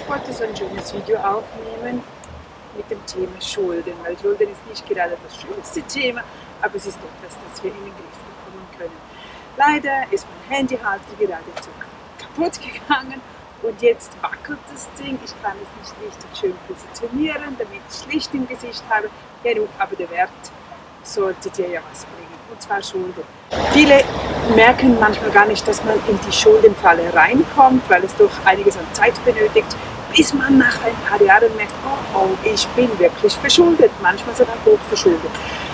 Ich wollte so ein schönes Video aufnehmen mit dem Thema Schulden, weil Schulden ist nicht gerade das schönste Thema, aber es ist etwas, das wir in den Griff bekommen können. Leider ist mein Handyhalter geradezu kaputt gegangen und jetzt wackelt das Ding. Ich kann es nicht richtig schön positionieren, damit ich Licht im Gesicht habe. Genug, aber der Wert sollte dir ja was bringen, und zwar Schulden. Viele merken manchmal gar nicht, dass man in die Schuldenfalle reinkommt, weil es doch einiges an Zeit benötigt, bis man nach ein paar Jahren merkt, oh, ich bin wirklich verschuldet, manchmal sogar hoch verschuldet.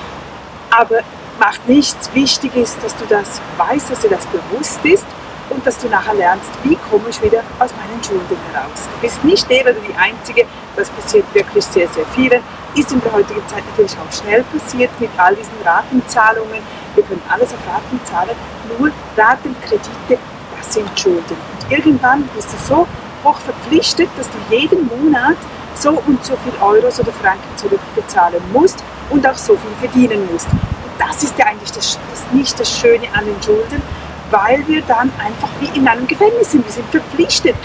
Aber macht nichts. Wichtig ist, dass du das weißt, dass dir das bewusst ist und dass du nachher lernst, wie komme ich wieder aus meinen Schulden heraus. Du bist nicht der oder die Einzige, das passiert wirklich sehr, sehr vielen. Ist in der heutigen Zeit natürlich auch schnell passiert mit all diesen Ratenzahlungen. Wir können alles auf Raten zahlen, nur Ratenkredite, das sind Schulden. Und irgendwann bist du so hoch verpflichtet, dass du jeden Monat so und so viel Euros oder Franken zurückbezahlen musst und auch so viel verdienen musst. Und das ist ja eigentlich nicht das Schöne an den Schulden, weil wir dann einfach wie in einem Gefängnis sind. Wir sind verpflichtet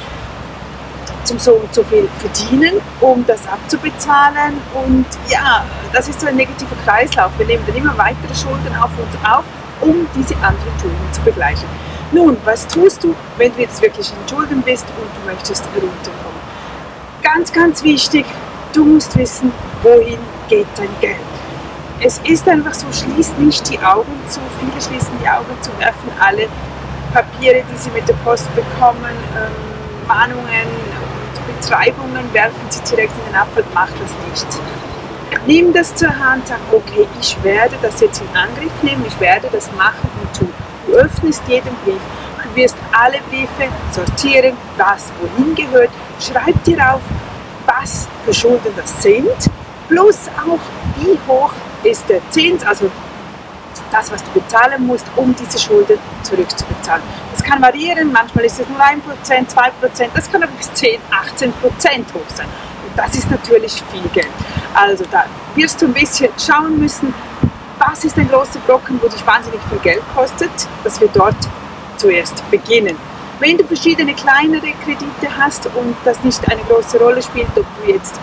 zum so und so viel verdienen, um das abzubezahlen. Und ja, das ist so ein negativer Kreislauf. Wir nehmen dann immer weitere Schulden auf uns auf, um diese anderen Schulden zu begleichen. Nun, was tust du, wenn du jetzt wirklich in Schulden bist und du möchtest herunterkommen? Ganz, ganz wichtig, du musst wissen, wohin geht dein Geld. Es ist einfach so, schließ nicht die Augen zu. Viele schließen die Augen zu, werfen alle Papiere, die sie mit der Post bekommen, Mahnungen und Betreibungen, werfen sie direkt in den Abfall. Mach das nicht. Nimm das zur Hand, sag, okay, ich werde das jetzt in Angriff nehmen, ich werde das machen und tun. Du öffnest jeden Brief, du wirst alle Briefe sortieren, was wohin gehört, schreib dir auf, was für Schulden das sind, plus auch, wie hoch ist der Zins, also das, was du bezahlen musst, um diese Schulden zurückzubezahlen. Das kann variieren, manchmal ist es nur 1%, 2%, das kann aber bis 10, 18% hoch sein. Und das ist natürlich viel Geld. Also da wirst du ein bisschen schauen müssen, was ist ein großer Brocken, wo dich wahnsinnig viel Geld kostet, dass wir dort zuerst beginnen. Wenn du verschiedene kleinere Kredite hast und das nicht eine große Rolle spielt, ob du jetzt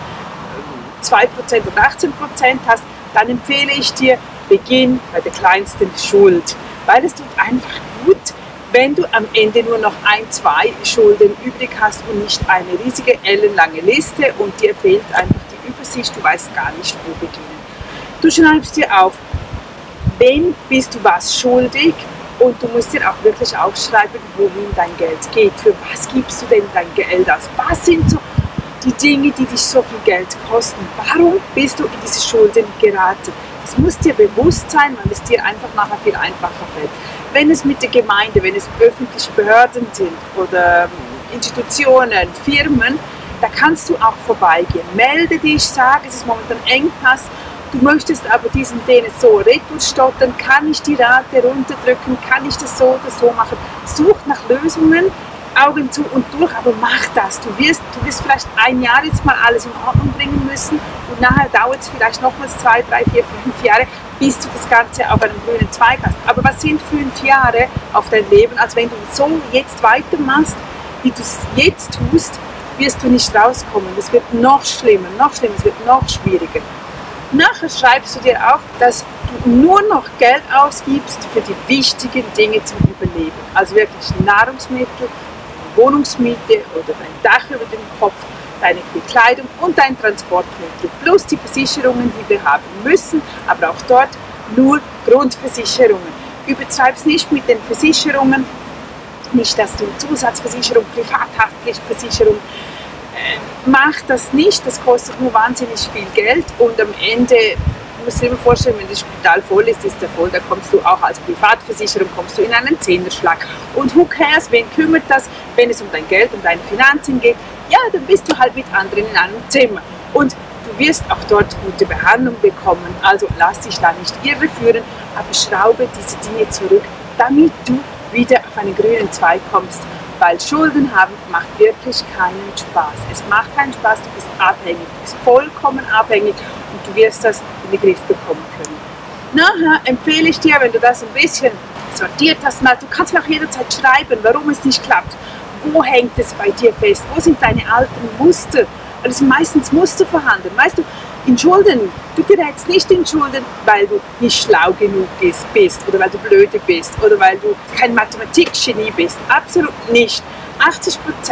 2% oder 18% hast, dann empfehle ich dir, beginn bei der kleinsten Schuld. Weil es tut einfach gut, wenn du am Ende nur noch 1, 2 Schulden übrig hast und nicht eine riesige, ellenlange Liste und dir fehlt einfach die Übersicht, du weißt gar nicht, wo beginnen. Du schreibst dir auf, wem bist du was schuldig und du musst dir auch wirklich aufschreiben, wohin dein Geld geht. Für was gibst du denn dein Geld aus? Was sind so die Dinge, die dich so viel Geld kosten? Warum bist du in diese Schulden geraten? Das muss dir bewusst sein, weil es dir einfach nachher viel einfacher fällt. Wenn es mit der Gemeinde, wenn es öffentliche Behörden sind oder Institutionen, Firmen, da kannst du auch vorbeigehen. Melde dich, sag, es ist momentan Engpass, du möchtest aber diesen denen so retour stottern, kann ich die Rate runterdrücken, kann ich das so oder so machen. Such nach Lösungen, Augen zu und durch, aber mach das. Du wirst vielleicht ein Jahr jetzt mal alles in Ordnung bringen müssen und nachher dauert es vielleicht nochmals 2, 3, 4, 5 Jahre, bis du das Ganze auf einem grünen Zweig hast. Aber was sind 5 Jahre auf dein Leben, als wenn du so jetzt weitermachst, wie du es jetzt tust, wirst du nicht rauskommen. Es wird noch schlimmer, es wird noch schwieriger. Nachher schreibst du dir auf, dass du nur noch Geld ausgibst für die wichtigen Dinge zum Überleben. Also wirklich Nahrungsmittel, Wohnungsmiete oder dein Dach über dem Kopf, deine Bekleidung und dein Transportmittel. Plus die Versicherungen, die wir haben müssen, aber auch dort nur Grundversicherungen. Übertreib's nicht mit den Versicherungen, nicht, dass du Zusatzversicherung, Privathaftpflichtversicherung, mach das nicht, das kostet nur wahnsinnig viel Geld und am Ende musst du dir immer vorstellen, wenn das Spital voll ist, ist der voll, da kommst du auch als Privatversicherung, kommst du in einen Zehnerschlag. Und who cares, wen kümmert das, wenn es um dein Geld, um deine Finanzen geht? Ja, dann bist du halt mit anderen in einem Zimmer und du wirst auch dort gute Behandlung bekommen, also lass dich da nicht irreführen, aber schraube diese Dinge zurück, damit du wieder auf einen grünen Zweig kommst. Weil Schulden haben macht wirklich keinen Spaß. Es macht keinen Spaß, du bist abhängig, du bist vollkommen abhängig und du wirst das in den Griff bekommen können. Nachher empfehle ich dir, wenn du das ein bisschen sortiert hast, du kannst mir auch jederzeit schreiben, warum es nicht klappt, wo hängt es bei dir fest? Wo sind deine alten Muster? Weil es sind meistens Muster vorhanden. Weißt du, in Schulden, du gerätst nicht in Schulden, weil du nicht schlau genug bist oder weil du blöde bist oder weil du kein Mathematikgenie bist. Absolut nicht. 80%,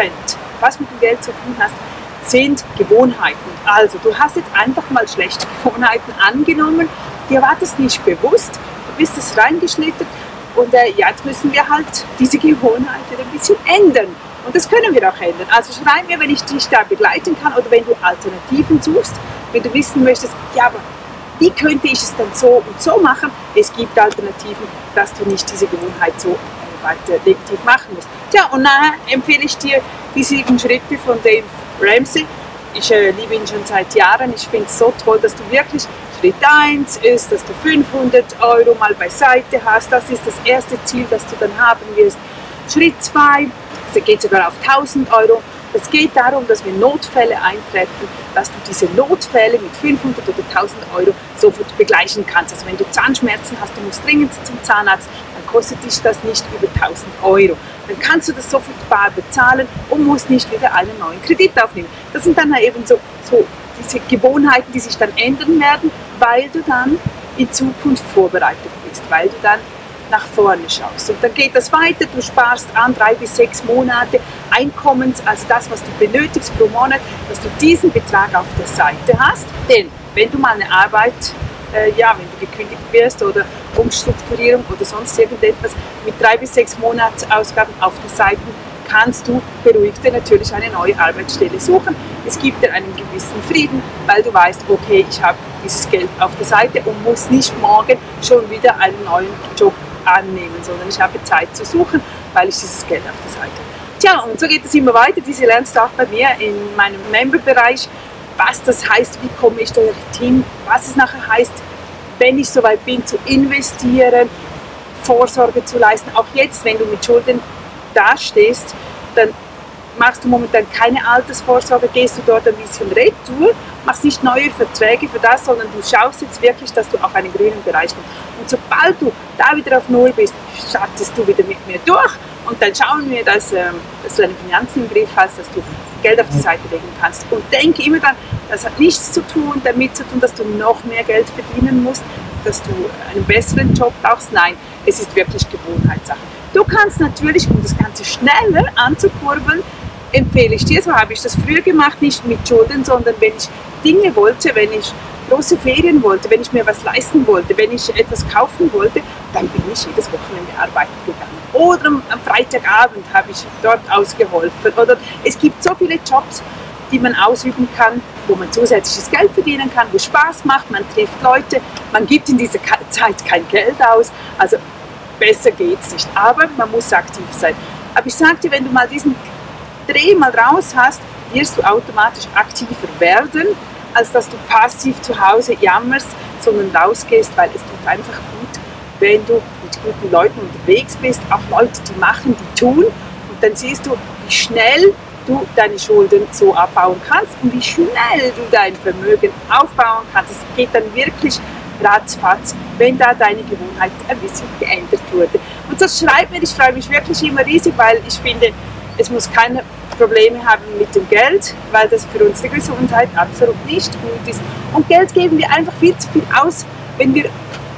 was mit dem Geld zu tun hast, sind Gewohnheiten. Also du hast jetzt einfach mal schlechte Gewohnheiten angenommen, dir war das nicht bewusst, du bist es reingeschlittert und jetzt müssen wir halt diese Gewohnheiten ein bisschen ändern. Und das können wir auch ändern. Also schreib mir, wenn ich dich da begleiten kann oder wenn du Alternativen suchst, wenn du wissen möchtest, ja, aber wie könnte ich es dann so und so machen? Es gibt Alternativen, dass du nicht diese Gewohnheit so weiter negativ machen musst. Tja, und nachher empfehle ich dir die 7 Schritte von Dave Ramsey. Ich liebe ihn schon seit Jahren. Ich finde es so toll, dass du wirklich Schritt 1 ist, dass du 500 € mal beiseite hast. Das ist das erste Ziel, das du dann haben wirst. Schritt 2, das geht sogar auf 1000 €. Es geht darum, dass wenn Notfälle eintreffen, dass du diese Notfälle mit 500 oder 1000 € sofort begleichen kannst. Also wenn du Zahnschmerzen hast, du musst dringend zum Zahnarzt, dann kostet dich das nicht über 1000 €. Dann kannst du das sofort bar bezahlen und musst nicht wieder einen neuen Kredit aufnehmen. Das sind dann eben so diese Gewohnheiten, die sich dann ändern werden, weil du dann in Zukunft vorbereitet bist, weil du dann nach vorne schaust. Und dann geht das weiter, du sparst an 3 bis 6 Monate Einkommens, also das, was du benötigst pro Monat, dass du diesen Betrag auf der Seite hast. Denn wenn du mal eine Arbeit, wenn du gekündigt wirst oder Umstrukturierung oder sonst irgendetwas, mit 3 bis 6 Monatsausgaben auf der Seite kannst du beruhigt natürlich eine neue Arbeitsstelle suchen. Es gibt dir einen gewissen Frieden, weil du weißt, okay, ich habe dieses Geld auf der Seite und muss nicht morgen schon wieder einen neuen Job annehmen, sondern ich habe Zeit zu suchen, weil ich dieses Geld auf der Seite habe. Tja, und so geht es immer weiter. Diese lernst du auch bei mir in meinem Member-Bereich, was das heißt, wie komme ich durch Team, was es nachher heißt, wenn ich soweit bin, zu investieren, Vorsorge zu leisten. Auch jetzt, wenn du mit Schulden dastehst, dann machst du momentan keine Altersvorsorge, gehst du dort ein bisschen retour, machst nicht neue Verträge für das, sondern du schaust jetzt wirklich, dass du auf einen grünen Bereich kommst. Und sobald du da wieder auf Null bist, startest du wieder mit mir durch und dann schauen wir, dass du deine Finanzen im Griff hast, dass du Geld auf die Seite legen kannst. Und denke immer dann, das hat nichts damit zu tun, dass du noch mehr Geld verdienen musst, dass du einen besseren Job brauchst. Nein, es ist wirklich Gewohnheitssache. Du kannst natürlich, um das Ganze schneller anzukurbeln, empfehle ich dir, so habe ich das früher gemacht, nicht mit Schulden, sondern wenn ich Dinge wollte, wenn ich große Ferien wollte, wenn ich mir was leisten wollte, wenn ich etwas kaufen wollte, dann bin ich jedes Wochenende arbeiten gegangen. Oder am Freitagabend habe ich dort ausgeholfen. Oder es gibt so viele Jobs, die man ausüben kann, wo man zusätzliches Geld verdienen kann, wo Spaß macht, man trifft Leute, man gibt in dieser Zeit kein Geld aus. Also besser geht's nicht, aber man muss aktiv sein. Aber ich sage dir, wenn du mal diesen Dreh mal raus hast, wirst du automatisch aktiver werden, als dass du passiv zu Hause jammerst, sondern rausgehst, weil es tut einfach gut, wenn du mit guten Leuten unterwegs bist, auch Leute, die machen, die tun, und dann siehst du, wie schnell du deine Schulden so abbauen kannst und wie schnell du dein Vermögen aufbauen kannst. Es geht dann wirklich ratzfatz, wenn da deine Gewohnheit ein bisschen geändert wurde. Und so schreib mir, ich freue mich wirklich immer riesig, weil ich finde, es muss keine Probleme haben mit dem Geld, weil das für unsere Gesundheit absolut nicht gut ist. Und Geld geben wir einfach viel zu viel aus, wenn wir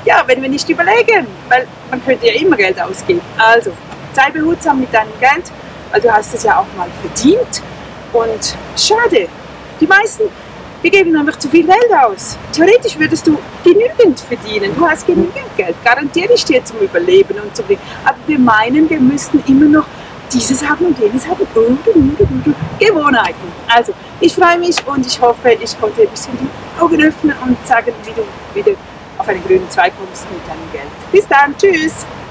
nicht überlegen, weil man könnte ja immer Geld ausgeben. Also sei behutsam mit deinem Geld, weil du hast es ja auch mal verdient. Und schade, die meisten, wir geben einfach zu viel Geld aus. Theoretisch würdest du genügend verdienen. Du hast genügend Geld, garantiere ich dir, zum Überleben und zum Leben. Aber wir meinen, wir müssten immer noch dieses haben und jenes haben. Gewohnheiten. Also, ich freue mich und ich hoffe, ich konnte ein bisschen die Augen öffnen und sagen, wie du wieder auf einen grünen Zweig kommst mit deinem Geld. Bis dann, tschüss!